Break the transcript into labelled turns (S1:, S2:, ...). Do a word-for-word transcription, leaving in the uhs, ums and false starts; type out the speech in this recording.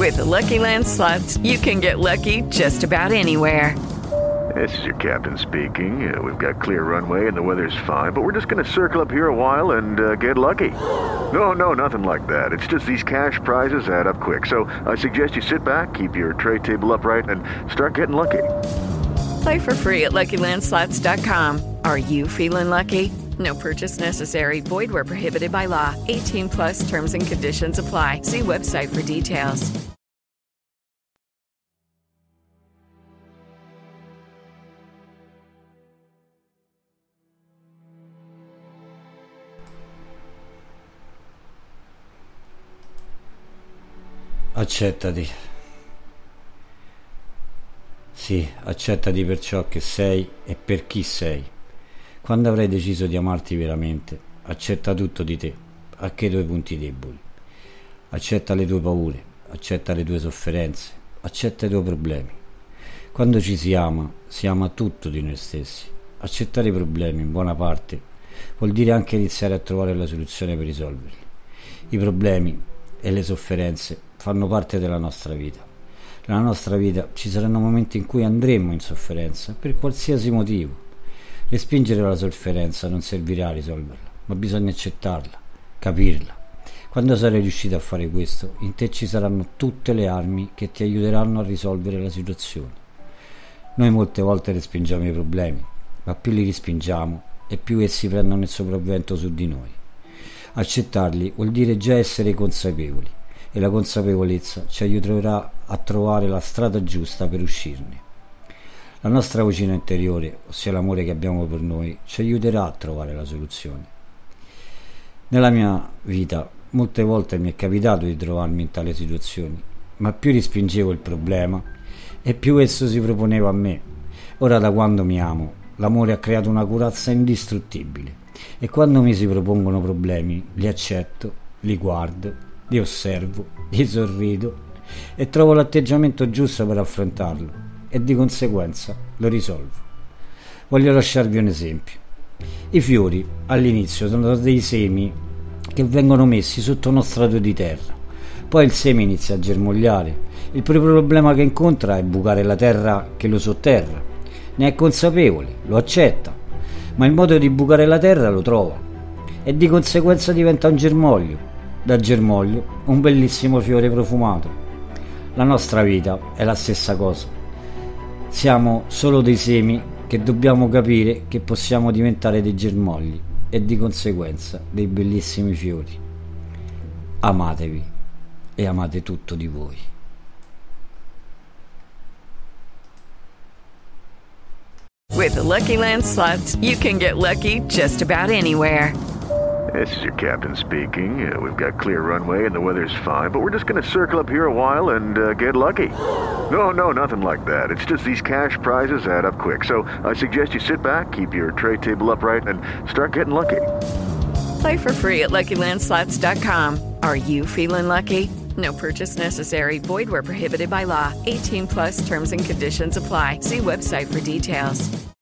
S1: With the Lucky Land Slots, you can get lucky just about anywhere.
S2: This is your captain speaking. Uh, we've got clear runway and the weather's fine, but we're just going to circle up here a while and uh, get lucky. No, no, nothing like that. It's just these cash prizes add up quick. So I suggest you sit back, keep your tray table upright, and start getting lucky.
S1: Play for free at Lucky Land Slots dot com. Are you feeling lucky? No purchase necessary. Void where prohibited by law. eighteen plus terms and conditions apply. See website for details.
S3: Accettati. Sì, accettati per ciò che sei e per chi sei. Quando avrai deciso di amarti veramente, accetta tutto di te, anche i tuoi punti deboli. Accetta le tue paure, accetta le tue sofferenze, accetta i tuoi problemi. Quando ci si ama, si ama tutto di noi stessi. Accettare i problemi, in buona parte, vuol dire anche iniziare a trovare la soluzione per risolverli. I problemi e le sofferenze fanno parte della nostra vita. Nella nostra vita ci saranno momenti in cui andremo in sofferenza, per qualsiasi motivo. Respingere la sofferenza non servirà a risolverla, ma bisogna accettarla, capirla. Quando sarai riuscito a fare questo, in te ci saranno tutte le armi che ti aiuteranno a risolvere la situazione. Noi molte volte respingiamo i problemi, ma più li respingiamo e più essi prendono il sopravvento su di noi. Accettarli vuol dire già essere consapevoli, e la consapevolezza ci aiuterà a trovare la strada giusta per uscirne. La nostra vocina interiore, ossia l'amore che abbiamo per noi, ci aiuterà a trovare la soluzione. Nella mia vita molte volte mi è capitato di trovarmi in tale situazioni, ma più respingevo il problema e più esso si proponeva a me. Ora, da quando mi amo, l'amore ha creato una corazza indistruttibile, e quando mi si propongono problemi li accetto, li guardo, li osservo, gli sorrido e trovo l'atteggiamento giusto per affrontarlo e di conseguenza lo risolvo. Voglio lasciarvi un esempio. I fiori all'inizio sono dei semi che vengono messi sotto uno strato di terra, poi il seme inizia a germogliare. Il primo problema che incontra è bucare la terra che lo sotterra. Ne è consapevole, lo accetta, ma il modo di bucare la terra lo trova e di conseguenza diventa un germoglio. Da germoglio un bellissimo fiore profumato. La nostra vita è la stessa cosa. Siamo solo dei semi che dobbiamo capire che possiamo diventare dei germogli e di conseguenza dei bellissimi fiori. Amatevi e amate tutto di voi.
S1: With the Lucky Land Slots, you can get lucky just about anywhere.
S2: This is your captain speaking. Uh, we've got clear runway and the weather's fine, but we're just going to circle up here a while and uh, get lucky. No, no, nothing like that. It's just these cash prizes add up quick. So I suggest you sit back, keep your tray table upright, and start getting lucky.
S1: Play for free at Lucky Land Slots dot com. Are you feeling lucky? No purchase necessary. Void where prohibited by law. eighteen plus terms and conditions apply. See website for details.